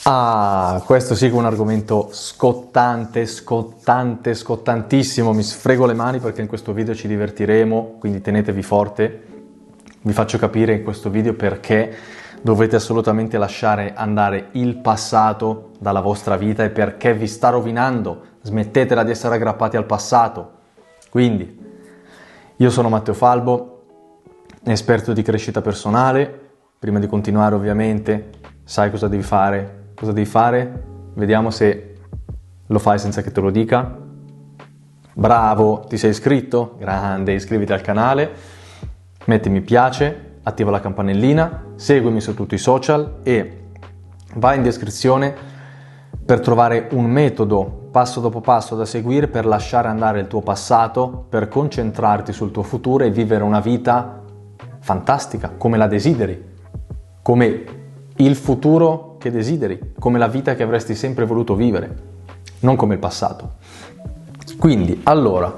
Ah, questo sì che è un argomento scottantissimo, mi sfrego le mani perché in questo video ci divertiremo, quindi tenetevi forte. Vi faccio capire in questo video perché dovete assolutamente lasciare andare il passato dalla vostra vita e perché vi sta rovinando. Smettetela di essere aggrappati al passato. Quindi, io sono Matteo Falbo, esperto di crescita personale. Prima di continuare, ovviamente, sai cosa devi fare? Cosa devi fare? Vediamo se lo fai senza che te lo dica. Bravo, ti sei iscritto? Grande, iscriviti al canale, metti mi piace, attiva la campanellina, seguimi su tutti i social e vai in descrizione per trovare un metodo passo dopo passo da seguire per lasciare andare il tuo passato, per concentrarti sul tuo futuro e vivere una vita fantastica, come la desideri, come il futuro che desideri, come la vita che avresti sempre voluto vivere, non come il passato. Quindi, allora,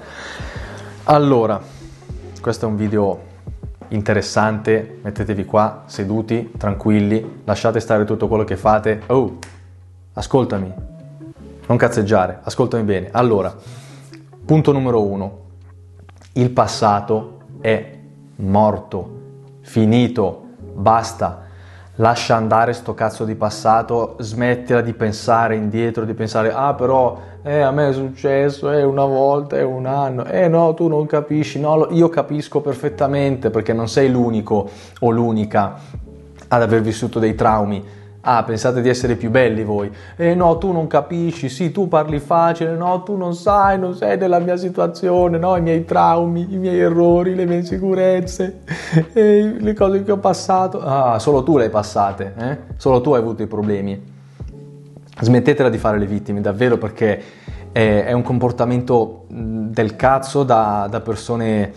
questo è un video interessante, mettetevi qua, seduti, tranquilli, lasciate stare tutto quello che fate. Oh, ascoltami, non cazzeggiare, ascoltami bene. Allora, punto numero 1, il passato è morto, finito, basta. Lascia andare sto cazzo di passato, smettila di pensare indietro, di pensare però a me è successo, una volta, un anno, no, tu non capisci, no, io capisco perfettamente perché non sei l'unico o l'unica ad aver vissuto dei traumi. Pensate di essere più belli voi, no, tu non capisci, sì, tu parli facile, no, tu non sei della mia situazione, no, i miei traumi, i miei errori, le mie insicurezze, le cose che ho passato, solo tu le hai passate, solo tu hai avuto i problemi. Smettetela di fare le vittime, davvero, perché è un comportamento del cazzo da persone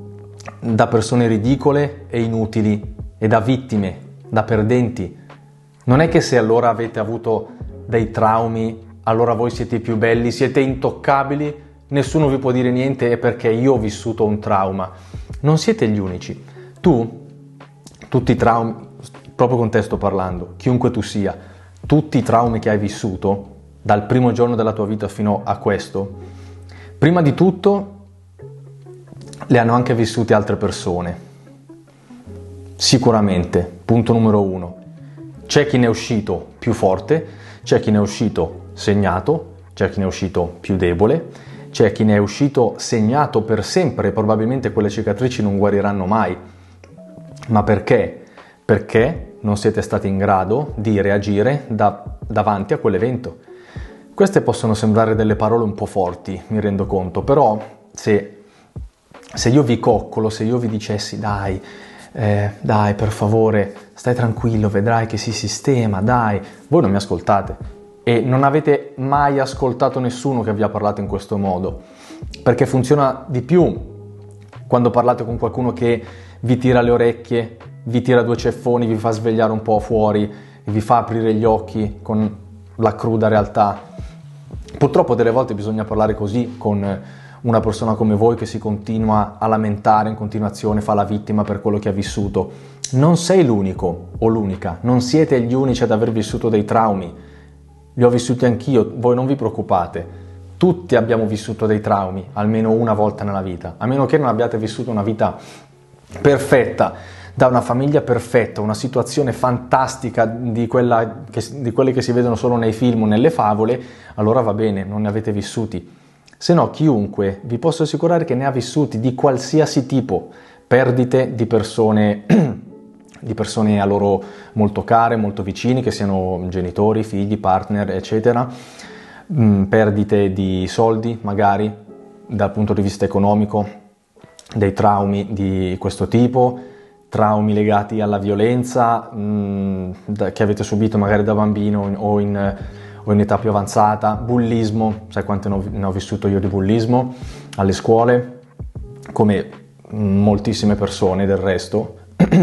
ridicole e inutili, e da vittime, da perdenti. Non è che se allora avete avuto dei traumi, allora voi siete più belli, siete intoccabili, nessuno vi può dire niente, è perché io ho vissuto un trauma. Non siete gli unici. Tutti i traumi, proprio con te sto parlando, chiunque tu sia, tutti i traumi che hai vissuto, dal primo giorno della tua vita fino a questo, prima di tutto le hanno anche vissuti altre persone. Sicuramente, punto numero 1. C'è chi ne è uscito più forte, c'è chi ne è uscito segnato, c'è chi ne è uscito più debole, c'è chi ne è uscito segnato per sempre e probabilmente quelle cicatrici non guariranno mai. Ma perché? Perché non siete stati in grado di reagire davanti a quell'evento. Queste possono sembrare delle parole un po' forti, mi rendo conto, però se io vi coccolo, se io vi dicessi dai, per favore, stai tranquillo, vedrai che si sistema, dai, voi non mi ascoltate e non avete mai ascoltato nessuno che vi ha parlato in questo modo, perché funziona di più quando parlate con qualcuno che vi tira le orecchie, vi tira due ceffoni, vi fa svegliare un po' fuori, vi fa aprire gli occhi con la cruda realtà. Purtroppo delle volte bisogna parlare così con una persona come voi che si continua a lamentare in continuazione, fa la vittima per quello che ha vissuto. Non sei l'unico o l'unica, non siete gli unici ad aver vissuto dei traumi. Li ho vissuti anch'io, voi non vi preoccupate. Tutti abbiamo vissuto dei traumi, almeno una volta nella vita, a meno che non abbiate vissuto una vita perfetta, da una famiglia perfetta, una situazione fantastica di quelle che si vedono solo nei film o nelle favole, allora va bene, non ne avete vissuti. Se no, chiunque, vi posso assicurare che ne ha vissuti di qualsiasi tipo, perdite di persone a loro molto care, molto vicini, che siano genitori, figli, partner, eccetera, perdite di soldi, magari, dal punto di vista economico, dei traumi di questo tipo, traumi legati alla violenza che avete subito magari da bambino o in età più avanzata, bullismo, sai quante ne ho vissuto io di bullismo alle scuole, come moltissime persone del resto.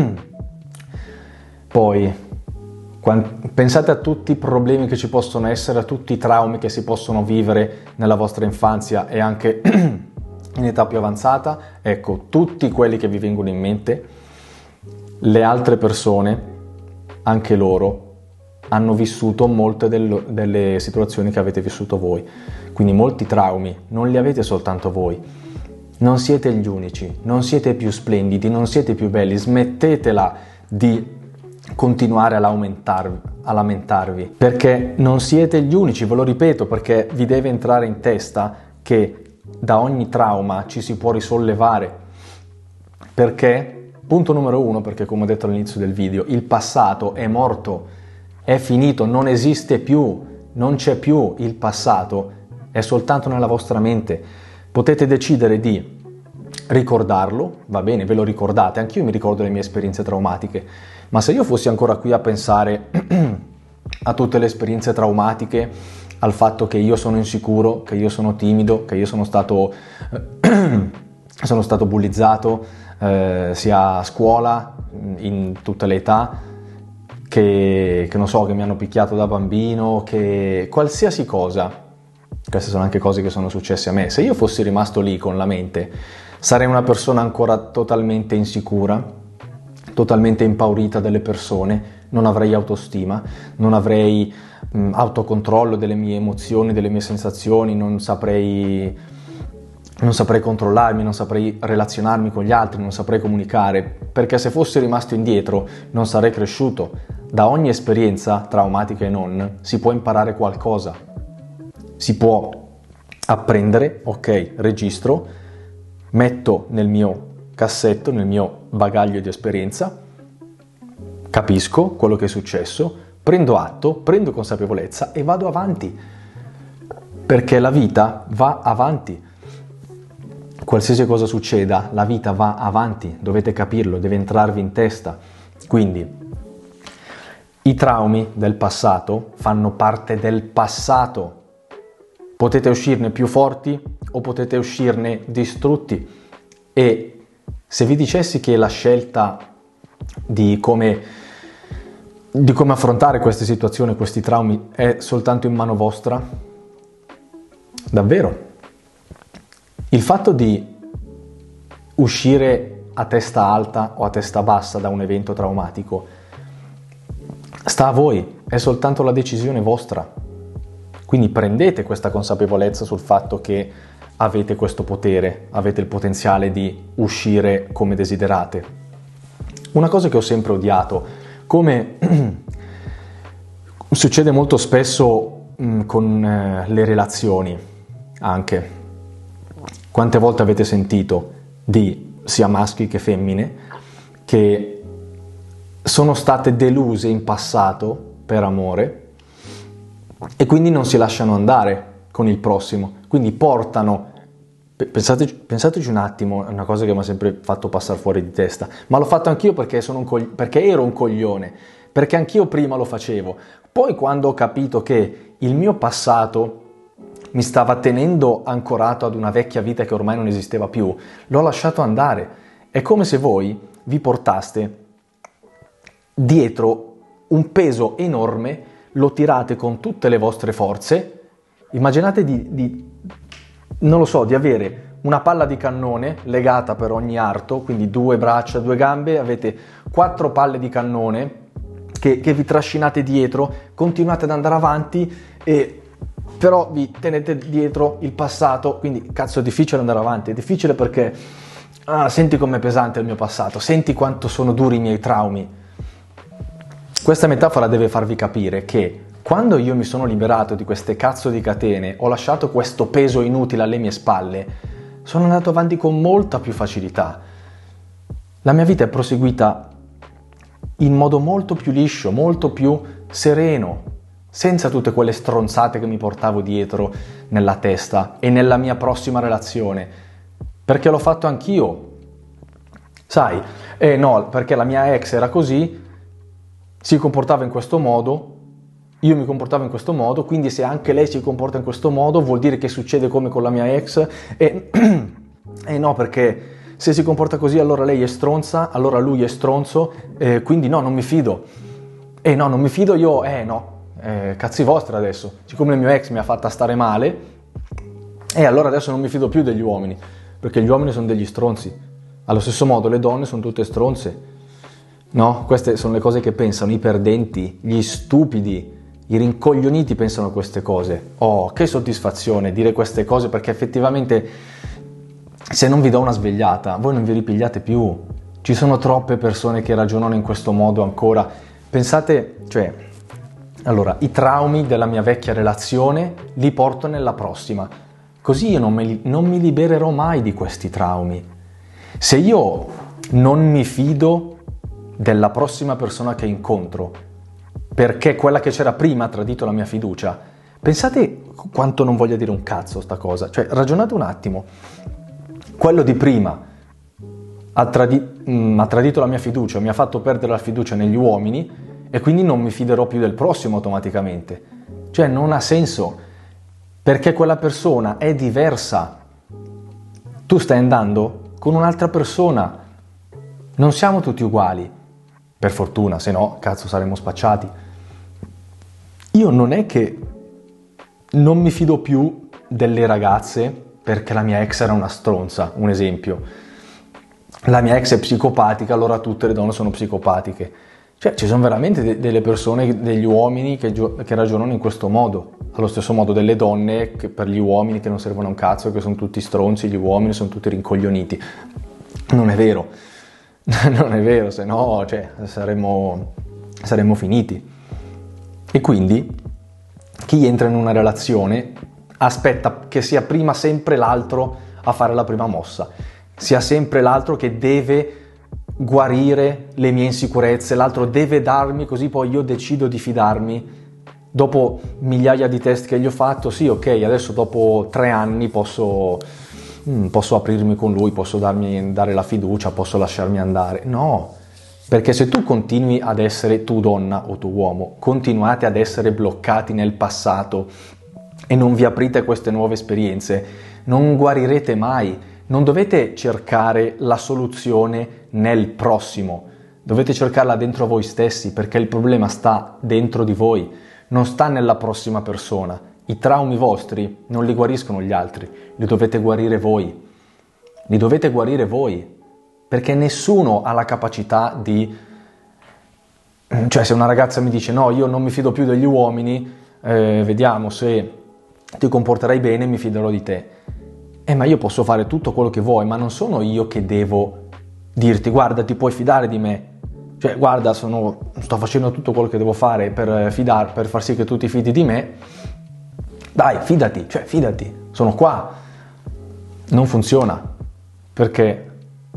Poi pensate a tutti i problemi che ci possono essere, a tutti i traumi che si possono vivere nella vostra infanzia e anche in età più avanzata. Ecco, tutti quelli che vi vengono in mente, le altre persone, anche loro hanno vissuto molte delle situazioni che avete vissuto voi. Quindi molti traumi non li avete soltanto voi. Non siete gli unici, non siete più splendidi, non siete più belli. Smettetela di continuare a lamentarvi, perché non siete gli unici, ve lo ripeto, perché vi deve entrare in testa che da ogni trauma ci si può risollevare. Perché, punto numero 1, perché come ho detto all'inizio del video, il passato è morto, è finito, non esiste più, non c'è più il passato, è soltanto nella vostra mente. Potete decidere di ricordarlo, va bene, ve lo ricordate, anch'io mi ricordo le mie esperienze traumatiche, ma se io fossi ancora qui a pensare a tutte le esperienze traumatiche, al fatto che io sono insicuro, che io sono timido, che io sono stato bullizzato sia a scuola, in tutte le età, che non so, che mi hanno picchiato da bambino, che qualsiasi cosa. Queste sono anche cose che sono successe a me. Se io fossi rimasto lì con la mente, sarei una persona ancora totalmente insicura, totalmente impaurita delle persone, non avrei autostima, non avrei autocontrollo delle mie emozioni, delle mie sensazioni, non saprei controllarmi, non saprei relazionarmi con gli altri, non saprei comunicare, perché se fossi rimasto indietro non sarei cresciuto. Da ogni esperienza, traumatica e non, si può imparare qualcosa. Si può apprendere, ok, registro, metto nel mio cassetto, nel mio bagaglio di esperienza, capisco quello che è successo, prendo atto, prendo consapevolezza e vado avanti, perché la vita va avanti. Qualsiasi cosa succeda, la vita va avanti, dovete capirlo, deve entrarvi in testa. Quindi i traumi del passato fanno parte del passato. Potete uscirne più forti o potete uscirne distrutti. E se vi dicessi che la scelta di come affrontare queste situazioni, questi traumi, è soltanto in mano vostra, davvero, il fatto di uscire a testa alta o a testa bassa da un evento traumatico sta a voi, è soltanto la decisione vostra. Quindi prendete questa consapevolezza sul fatto che avete questo potere, avete il potenziale di uscire come desiderate. Una cosa che ho sempre odiato, come succede molto spesso con le relazioni anche. Quante volte avete sentito di sia maschi che femmine che sono state deluse in passato per amore e quindi non si lasciano andare con il prossimo, quindi portano, pensateci un attimo, è una cosa che mi ha sempre fatto passare fuori di testa, ma l'ho fatto anch'io perché ero un coglione, perché anch'io prima lo facevo, poi quando ho capito che il mio passato mi stava tenendo ancorato ad una vecchia vita che ormai non esisteva più, l'ho lasciato andare. È come se voi vi portaste dietro un peso enorme, lo tirate con tutte le vostre forze. Immaginate non lo so, di avere una palla di cannone legata per ogni arto, quindi 2 braccia, 2 gambe, avete 4 palle di cannone che vi trascinate dietro, continuate ad andare avanti e però vi tenete dietro il passato, quindi cazzo è difficile andare avanti, è difficile perché senti com'è pesante il mio passato, senti quanto sono duri i miei traumi. Questa metafora deve farvi capire che quando io mi sono liberato di queste cazzo di catene, ho lasciato questo peso inutile alle mie spalle, sono andato avanti con molta più facilità. La mia vita è proseguita in modo molto più liscio, molto più sereno, senza tutte quelle stronzate che mi portavo dietro nella testa e nella mia prossima relazione, perché l'ho fatto anch'io. Sai, no, perché la mia ex era così, si comportava in questo modo, io mi comportavo in questo modo, quindi se anche lei si comporta in questo modo vuol dire che succede come con la mia ex e no, perché se si comporta così allora lei è stronza, allora lui è stronzo, quindi no, non mi fido. No, non mi fido io, cazzi vostri adesso. Siccome il mio ex mi ha fatta stare male, allora adesso non mi fido più degli uomini, perché gli uomini sono degli stronzi. Allo stesso modo le donne sono tutte stronze. No? Queste sono le cose che pensano i perdenti, gli stupidi, i rincoglioniti pensano queste cose. Oh, che soddisfazione dire queste cose, perché effettivamente se non vi do una svegliata, voi non vi ripigliate più. Ci sono troppe persone che ragionano in questo modo ancora. Pensate, cioè, allora, i traumi della mia vecchia relazione li porto nella prossima. Così io non mi libererò mai di questi traumi. Se io non mi fido della prossima persona che incontro, perché quella che c'era prima ha tradito la mia fiducia, pensate quanto non voglia dire un cazzo sta cosa. Cioè, ragionate un attimo. Quello di prima ha tradito la mia fiducia, mi ha fatto perdere la fiducia negli uomini e quindi non mi fiderò più del prossimo automaticamente. Cioè, non ha senso, perché quella persona è diversa. Tu stai andando con un'altra persona, non siamo tutti uguali, per fortuna, se no, cazzo, saremmo spacciati. Io non è che non mi fido più delle ragazze perché la mia ex era una stronza, un esempio. La mia ex è psicopatica, allora tutte le donne sono psicopatiche. Cioè, ci sono veramente delle persone, degli uomini che ragionano in questo modo, allo stesso modo delle donne che per gli uomini che non servono a un cazzo, che sono tutti stronzi, gli uomini sono tutti rincoglioniti. Non è vero, non è vero, se no, cioè, saremmo finiti. E quindi chi entra in una relazione aspetta che sia prima sempre l'altro a fare la prima mossa, sia sempre l'altro che deve guarire le mie insicurezze, l'altro deve darmi, così poi io decido di fidarmi. Dopo migliaia di test che gli ho fatto, sì, ok, adesso dopo 3 anni posso aprirmi con lui, posso dare la fiducia, posso lasciarmi andare. No, perché se tu continui ad essere, tu donna o tu uomo, continuate ad essere bloccati nel passato e non vi aprite a queste nuove esperienze, non guarirete mai. Non dovete cercare la soluzione nel prossimo, dovete cercarla dentro voi stessi, perché il problema sta dentro di voi, non sta nella prossima persona. I traumi vostri non li guariscono gli altri, li dovete guarire voi. Li dovete guarire voi, perché nessuno ha la capacità di... Cioè, se una ragazza mi dice no, io non mi fido più degli uomini, vediamo se ti comporterai bene, mi fiderò di te. Ma io posso fare tutto quello che vuoi, ma non sono io che devo dirti guarda, ti puoi fidare di me. Cioè, guarda, sto facendo tutto quello che devo fare per far sì che tu ti fidi di me. Dai, fidati, sono qua. Non funziona, perché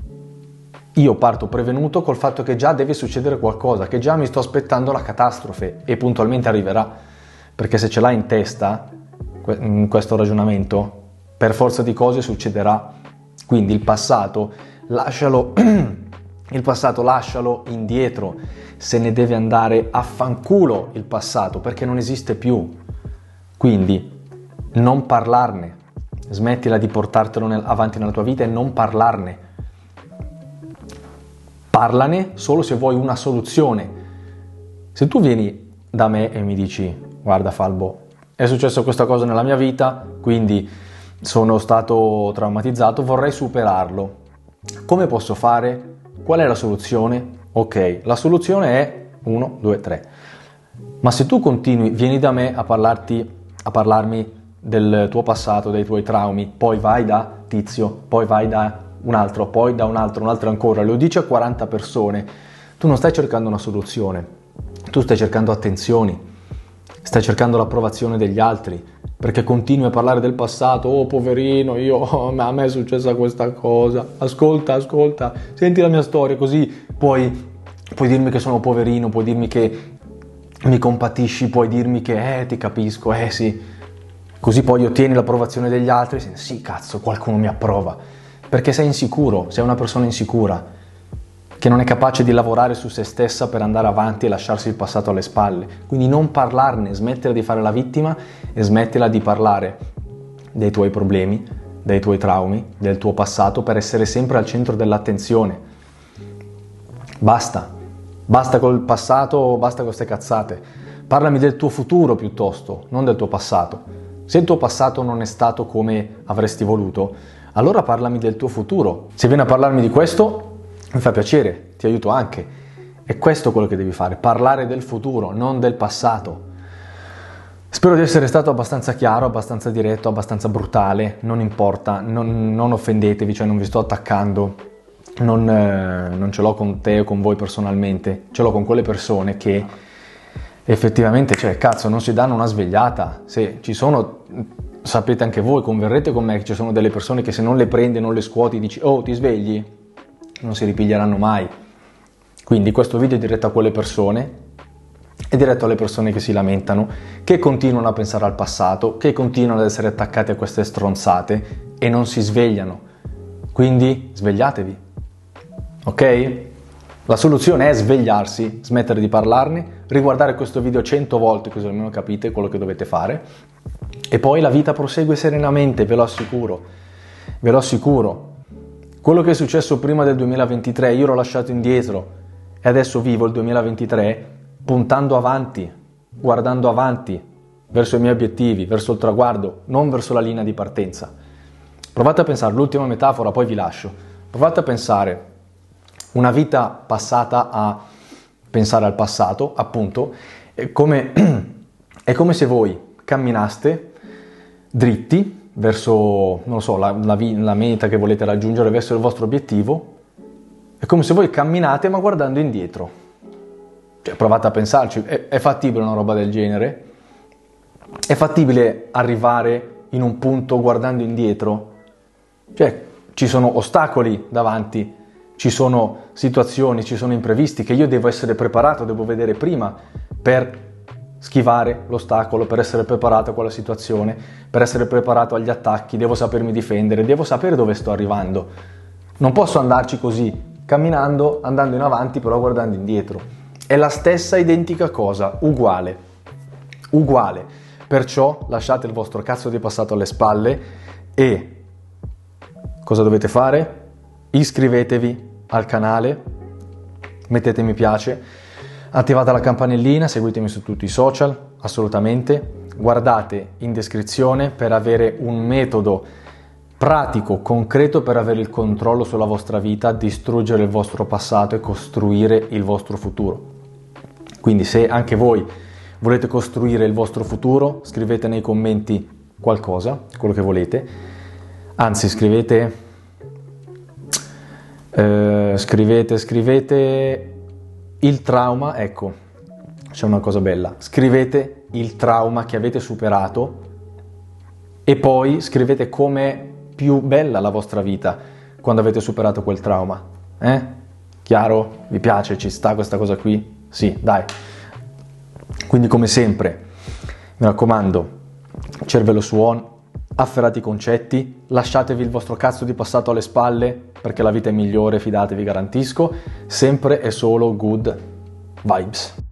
io parto prevenuto col fatto che già deve succedere qualcosa, che già mi sto aspettando la catastrofe e puntualmente arriverà. Perché se ce l'hai in testa, questo ragionamento, per forza di cose succederà. Quindi il passato lascialo indietro, se ne deve andare a fanculo il passato, perché non esiste più. Quindi non parlarne, smettila di portartelo avanti nella tua vita e non parlarne. Parlane solo se vuoi una soluzione. Se tu vieni da me e mi dici guarda Falbo, è successo questa cosa nella mia vita, quindi sono stato traumatizzato, vorrei superarlo. Come posso fare? Qual è la soluzione? Ok, la soluzione è 1, 2, 3. Ma se tu vieni da me a parlarmi del tuo passato, dei tuoi traumi, poi vai da Tizio, poi vai da un altro, poi da un altro ancora, lo dici a 40 persone, tu non stai cercando una soluzione, tu stai cercando attenzioni, stai cercando l'approvazione degli altri, perché continui a parlare del passato. Oh poverino, a me è successa questa cosa, ascolta, senti la mia storia, così puoi dirmi che sono poverino, puoi dirmi che mi compatisci, puoi dirmi che ti capisco, sì, così poi ottieni l'approvazione degli altri. Sì, cazzo, qualcuno mi approva, perché sei insicuro, sei una persona insicura che non è capace di lavorare su se stessa per andare avanti e lasciarsi il passato alle spalle. Quindi non parlarne, smettila di fare la vittima e smettila di parlare dei tuoi problemi, dei tuoi traumi, del tuo passato, per essere sempre al centro dell'attenzione. Basta col passato, basta con queste cazzate. Parlami del tuo futuro piuttosto, non del tuo passato. Se il tuo passato non è stato come avresti voluto, allora parlami del tuo futuro. Se vieni a parlarmi di questo, mi fa piacere, ti aiuto anche. È questo quello che devi fare, parlare del futuro, non del passato. Spero di essere stato abbastanza chiaro, abbastanza diretto, abbastanza brutale, non importa, non offendetevi, cioè non vi sto attaccando, non ce l'ho con te o con voi personalmente, ce l'ho con quelle persone che effettivamente, cioè cazzo, non si danno una svegliata. Se ci sono, sapete anche voi, converrete con me che ci sono delle persone che se non le prendi, non le scuoti, dici oh ti svegli, non si ripiglieranno mai. Quindi questo video è diretto a quelle persone, è diretto alle persone che si lamentano, che continuano a pensare al passato, che continuano ad essere attaccati a queste stronzate e non si svegliano. Quindi svegliatevi, ok? La soluzione è svegliarsi, smettere di parlarne, riguardare questo video 100 volte così almeno capite quello che dovete fare e poi la vita prosegue serenamente, ve lo assicuro, ve lo assicuro. Quello che è successo prima del 2023 io l'ho lasciato indietro e adesso vivo il 2023 puntando avanti, guardando avanti verso i miei obiettivi, verso il traguardo, non verso la linea di partenza. Provate a pensare, l'ultima metafora, poi vi lascio. Provate a pensare una vita passata a pensare al passato, appunto, è come se voi camminaste dritti verso, non lo so, la meta che volete raggiungere, verso il vostro obiettivo. È come se voi camminate ma guardando indietro. Cioè, provate a pensarci, è fattibile una roba del genere? È fattibile arrivare in un punto guardando indietro? Cioè, ci sono ostacoli davanti, ci sono situazioni, ci sono imprevisti che io devo essere preparato, devo vedere prima per schivare l'ostacolo, per essere preparato a quella situazione, per essere preparato agli attacchi, devo sapermi difendere, devo sapere dove sto arrivando. Non posso andarci così, camminando, andando in avanti, però guardando indietro. È la stessa identica cosa, uguale. Perciò lasciate il vostro cazzo di passato alle spalle e cosa dovete fare? Iscrivetevi al canale, mettete mi piace, attivate la campanellina, seguitemi su tutti i social, assolutamente. Guardate in descrizione per avere un metodo pratico, concreto per avere il controllo sulla vostra vita, distruggere il vostro passato e costruire il vostro futuro. Quindi se anche voi volete costruire il vostro futuro, scrivete nei commenti qualcosa, quello che volete. Anzi, scrivete il trauma, ecco, c'è una cosa bella. Scrivete il trauma che avete superato e poi scrivete com'è più bella la vostra vita quando avete superato quel trauma. Chiaro? Vi piace? Ci sta questa cosa qui? Sì, dai. Quindi come sempre, mi raccomando, cervello su on, afferrate i concetti, lasciatevi il vostro cazzo di passato alle spalle perché la vita è migliore, fidatevi, garantisco, sempre e solo good vibes.